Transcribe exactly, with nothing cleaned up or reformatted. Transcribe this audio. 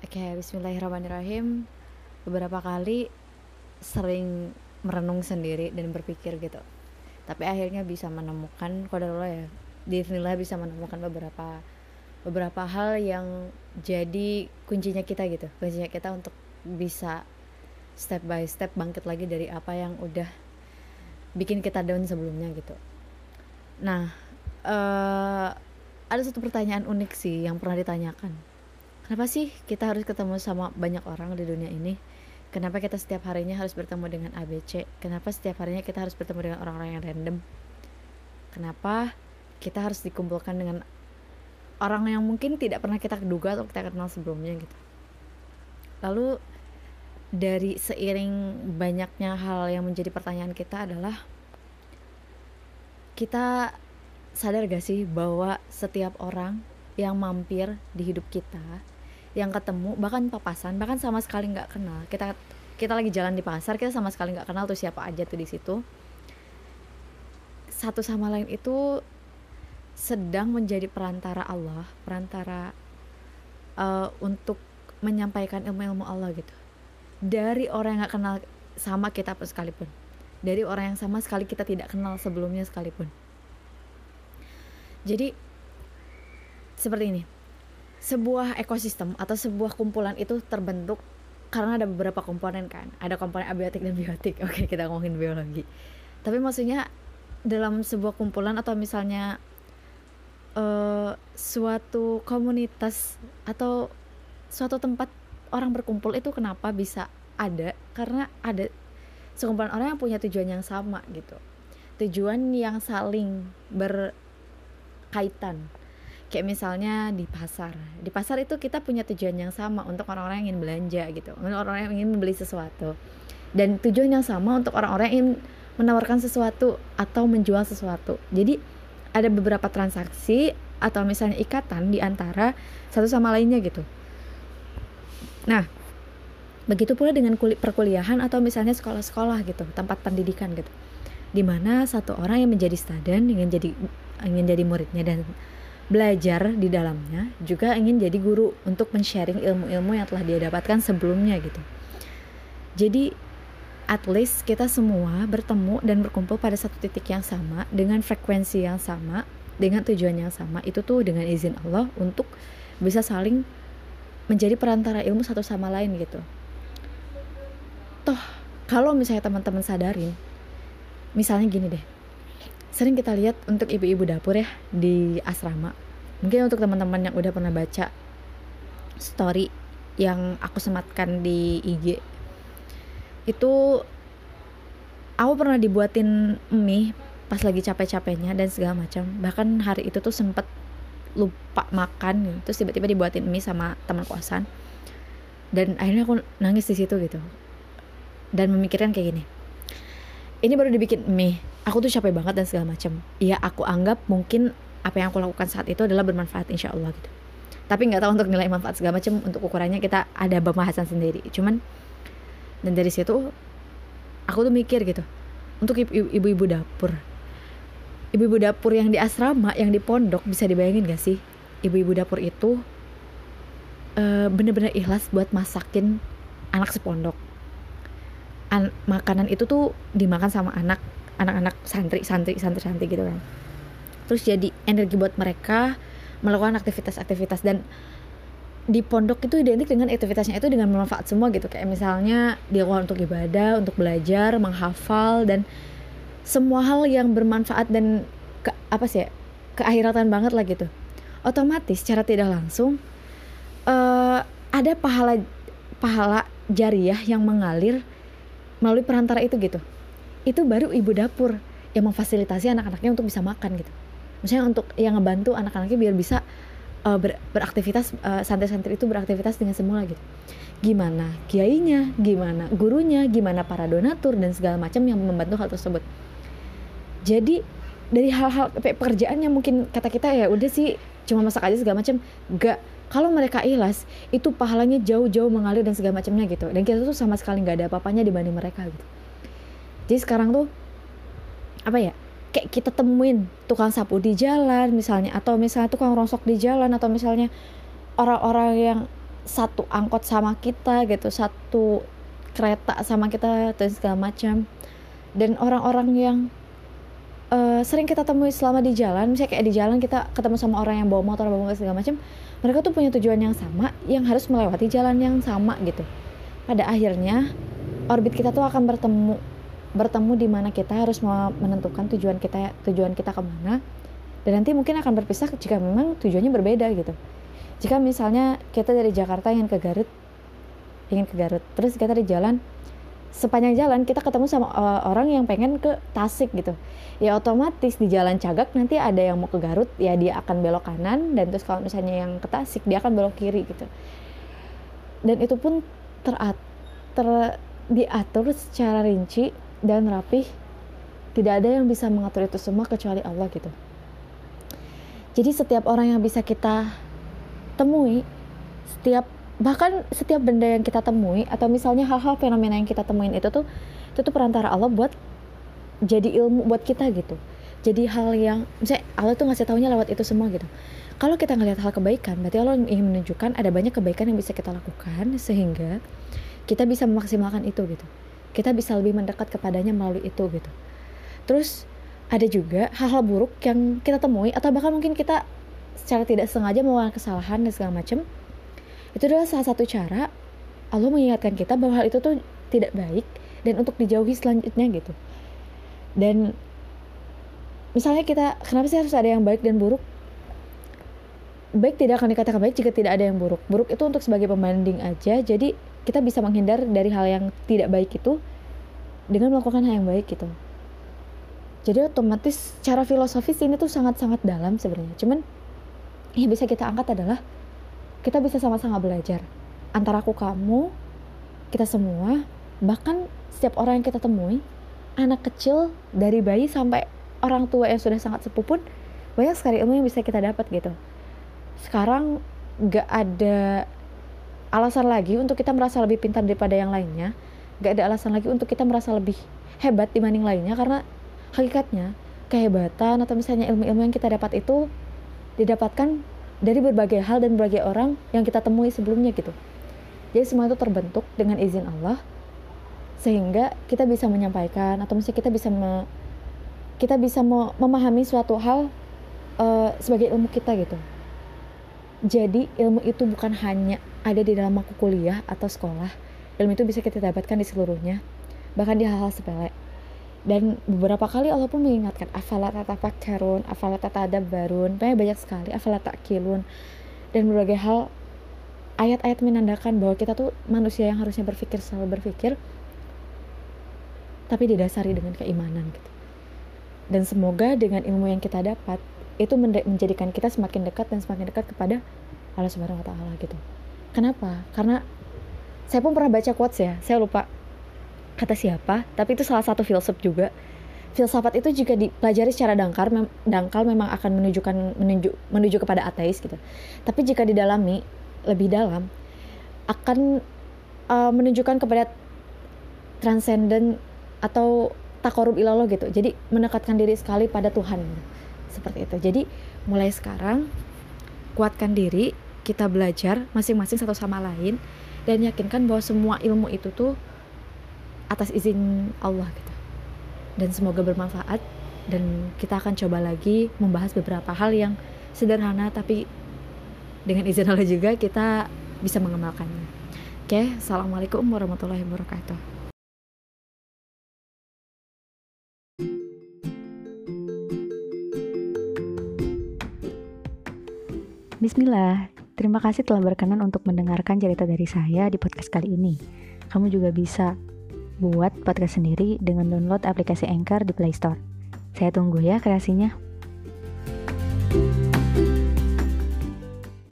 Oke, bismillahirrahmanirrahim. Beberapa kali sering merenung sendiri dan berpikir gitu. Tapi akhirnya bisa menemukan qadarullah ya. Bismillah bisa menemukan beberapa beberapa hal yang jadi kuncinya kita gitu. Kuncinya kita untuk bisa step by step bangkit lagi dari apa yang udah bikin kita down sebelumnya gitu. Nah, eh ada satu pertanyaan unik sih yang pernah ditanyakan. Kenapa sih kita harus ketemu sama banyak orang di dunia ini? Kenapa kita setiap harinya harus bertemu dengan A B C? Kenapa setiap harinya kita harus bertemu dengan orang-orang yang random? Kenapa kita harus dikumpulkan dengan orang yang mungkin tidak pernah kita duga atau kita kenal sebelumnya gitu? Lalu dari seiring banyaknya hal yang menjadi pertanyaan kita adalah, kita sadar gak sih bahwa setiap orang yang mampir di hidup kita, yang ketemu, bahkan papasan, bahkan sama sekali nggak kenal, kita kita lagi jalan di pasar, kita sama sekali nggak kenal tuh siapa aja tuh di situ, satu sama lain itu sedang menjadi perantara Allah, perantara uh, untuk menyampaikan ilmu-ilmu Allah gitu, dari orang yang nggak kenal sama kita pun sekalipun, dari orang yang sama sekali kita tidak kenal sebelumnya sekalipun. Jadi seperti ini, sebuah ekosistem atau sebuah kumpulan itu terbentuk karena ada beberapa komponen kan, ada komponen abiotik dan biotik. Oke, kita ngomongin biologi. Tapi maksudnya dalam sebuah kumpulan atau misalnya uh, suatu komunitas atau suatu tempat orang berkumpul itu kenapa bisa ada? Karena ada sekumpulan orang yang punya tujuan yang sama gitu, tujuan yang saling berkaitan. Kayak misalnya di pasar, di pasar itu kita punya tujuan yang sama untuk orang-orang yang ingin belanja gitu, untuk orang-orang yang ingin membeli sesuatu, dan tujuan yang sama untuk orang-orang yang ingin menawarkan sesuatu atau menjual sesuatu. Jadi ada beberapa transaksi atau misalnya ikatan di antara satu sama lainnya gitu. Nah, begitu pula dengan kulit perkuliahan atau misalnya sekolah-sekolah gitu, tempat pendidikan gitu, dimana satu orang yang menjadi stadan ingin jadi ingin jadi muridnya dan belajar di dalamnya, juga ingin jadi guru untuk men-sharing ilmu-ilmu yang telah dia dapatkan sebelumnya gitu. Jadi at least kita semua bertemu dan berkumpul pada satu titik yang sama, dengan frekuensi yang sama, dengan tujuan yang sama, itu tuh dengan izin Allah untuk bisa saling menjadi perantara ilmu satu sama lain gitu. Toh kalau misalnya teman-teman sadarin, misalnya gini deh, sering kita lihat untuk ibu-ibu dapur ya di asrama. Mungkin untuk teman-teman yang udah pernah baca story yang aku sematkan di I G, itu aku pernah dibuatin mie pas lagi capek-capeknya dan segala macam. Bahkan hari itu tuh sempet lupa makan gitu. Terus tiba-tiba dibuatin mie sama teman kosan, dan akhirnya aku nangis di situ gitu, dan memikirkan kayak gini, ini baru dibikin mie, aku tuh capek banget dan segala macam. Ya aku anggap mungkin apa yang aku lakukan saat itu adalah bermanfaat insya Allah gitu. Tapi nggak tahu untuk nilai manfaat segala macam, untuk ukurannya kita ada pembahasan sendiri. Cuman dan dari situ aku tuh mikir gitu, untuk ibu-ibu dapur, ibu-ibu dapur yang di asrama, yang di pondok, bisa dibayangin gak sih? Ibu-ibu dapur itu uh, bener-bener ikhlas buat masakin anak sepondok. An- makanan itu tuh dimakan sama anak anak-anak santri santri santri santri gitu kan. Terus jadi energi buat mereka melakukan aktivitas-aktivitas, dan di pondok itu identik dengan aktivitasnya itu dengan bermanfaat semua gitu. Kayak misalnya dia keluar untuk ibadah, untuk belajar, menghafal, dan semua hal yang bermanfaat dan ke, apa sih ya, keakhiratan banget lah gitu. Otomatis secara tidak langsung uh, ada pahala pahala jariah yang mengalir melalui perantara itu gitu. Itu baru ibu dapur yang memfasilitasi anak-anaknya untuk bisa makan gitu. Misalnya untuk yang ngebantu anak-anaknya biar bisa uh, ber, beraktivitas, uh, santri-santri itu beraktivitas dengan semula gitu. Gimana kiainya, gimana gurunya, gimana para donatur dan segala macam yang membantu hal tersebut. Jadi dari hal-hal pekerjaan yang mungkin kata kita ya udah sih cuma masak aja segala macam, enggak. Kalau mereka ikhlas, itu pahalanya jauh-jauh mengalir dan segala macamnya gitu. Dan kita tuh sama sekali nggak ada apa-apanya dibanding mereka gitu. Jadi sekarang tuh apa ya, kayak kita temuin tukang sapu di jalan misalnya, atau misalnya tukang rosok di jalan, atau misalnya orang-orang yang satu angkot sama kita gitu, satu kereta sama kita dan segala macam. Dan orang-orang yang uh, sering kita temui selama di jalan, misalnya kayak di jalan kita ketemu sama orang yang bawa motor, bawa motor segala macam, mereka tuh punya tujuan yang sama, yang harus melewati jalan yang sama gitu. Pada akhirnya orbit kita tuh akan bertemu bertemu di mana kita harus menentukan tujuan kita tujuan kita kemana, dan nanti mungkin akan berpisah jika memang tujuannya berbeda gitu. Jika misalnya kita dari Jakarta ingin ke Garut ingin ke Garut terus kita di jalan, sepanjang jalan kita ketemu sama uh, orang yang pengen ke Tasik gitu, ya otomatis di jalan Cagak nanti ada yang mau ke Garut, ya dia akan belok kanan, dan terus kalau misalnya yang ke Tasik dia akan belok kiri gitu. Dan itu pun terat ter diatur secara rinci dan rapih. Tidak ada yang bisa mengatur itu semua kecuali Allah gitu. Jadi setiap orang yang bisa kita temui, setiap bahkan setiap benda yang kita temui, atau misalnya hal-hal fenomena yang kita temuin itu tuh itu tuh perantara Allah buat jadi ilmu buat kita gitu. Jadi hal yang misalnya Allah tuh ngasih taunya lewat itu semua gitu. Kalau kita ngelihat hal kebaikan, berarti Allah ingin menunjukkan ada banyak kebaikan yang bisa kita lakukan sehingga kita bisa memaksimalkan itu gitu. Kita bisa lebih mendekat kepadanya melalui itu gitu. Terus ada juga hal-hal buruk yang kita temui, atau bahkan mungkin kita secara tidak sengaja melakukan kesalahan dan segala macam. Itu adalah salah satu cara Allah mengingatkan kita bahwa hal itu tuh tidak baik dan untuk dijauhi selanjutnya gitu. Dan misalnya kita, kenapa sih harus ada yang baik dan buruk? Baik tidak akan dikatakan baik jika tidak ada yang buruk. Buruk itu untuk sebagai pembanding aja. Jadi kita bisa menghindar dari hal yang tidak baik itu dengan melakukan hal yang baik gitu. Jadi otomatis cara filosofis ini tuh sangat-sangat dalam sebenarnya. Cuman yang bisa kita angkat adalah kita bisa sama-sama belajar antara aku, kamu, kita semua, bahkan setiap orang yang kita temui, anak kecil dari bayi sampai orang tua yang sudah sangat sepuh pun banyak sekali ilmu yang bisa kita dapat gitu. Sekarang gak ada alasan lagi untuk kita merasa lebih pintar daripada yang lainnya, gak ada alasan lagi untuk kita merasa lebih hebat dibanding lainnya, karena hakikatnya kehebatan atau misalnya ilmu-ilmu yang kita dapat itu didapatkan dari berbagai hal dan berbagai orang yang kita temui sebelumnya gitu. Jadi semua itu terbentuk dengan izin Allah, sehingga kita bisa menyampaikan atau misalnya kita bisa me, kita bisa me, memahami suatu hal uh, sebagai ilmu kita gitu. Jadi ilmu itu bukan hanya ada di dalam aku kuliah atau sekolah. Ilmu itu bisa kita dapatkan di seluruhnya, bahkan di hal-hal sepele. Dan beberapa kali Allah pun mengingatkan, afala tatafakkarun, afala tatadabbarun, banyak banyak sekali, afala ta'qilun, dan berbagai hal, ayat-ayat menandakan bahwa kita tuh manusia yang harusnya berpikir, selalu berpikir, tapi didasari dengan keimanan gitu. Dan semoga dengan ilmu yang kita dapat itu menjadikan kita semakin dekat dan semakin dekat kepada Allah Subhanahu Wa Taala gitu. Kenapa? Karena saya pun pernah baca quotes ya, saya lupa kata siapa, tapi itu salah satu filsuf juga. Filsafat itu jika dipelajari secara dangkal, mem- dangkal memang akan menunjukkan menuju menuju kepada ateis gitu. Tapi jika didalami lebih dalam, akan uh, menunjukkan kepada transcendent atau taqarrub ilallah gitu. Jadi mendekatkan diri sekali pada Tuhan gitu. Seperti itu. Jadi mulai sekarang kuatkan diri, kita belajar masing-masing satu sama lain, dan yakinkan bahwa semua ilmu itu tuh atas izin Allah gitu. Dan semoga bermanfaat, dan kita akan coba lagi membahas beberapa hal yang sederhana tapi dengan izin Allah juga kita bisa mengamalkannya. Oke, assalamualaikum warahmatullahi wabarakatuh. Bismillah, terima kasih telah berkenan untuk mendengarkan cerita dari saya di podcast kali ini. Kamu juga bisa buat podcast sendiri dengan download aplikasi Anchor di Play Store. Saya tunggu ya kreasinya.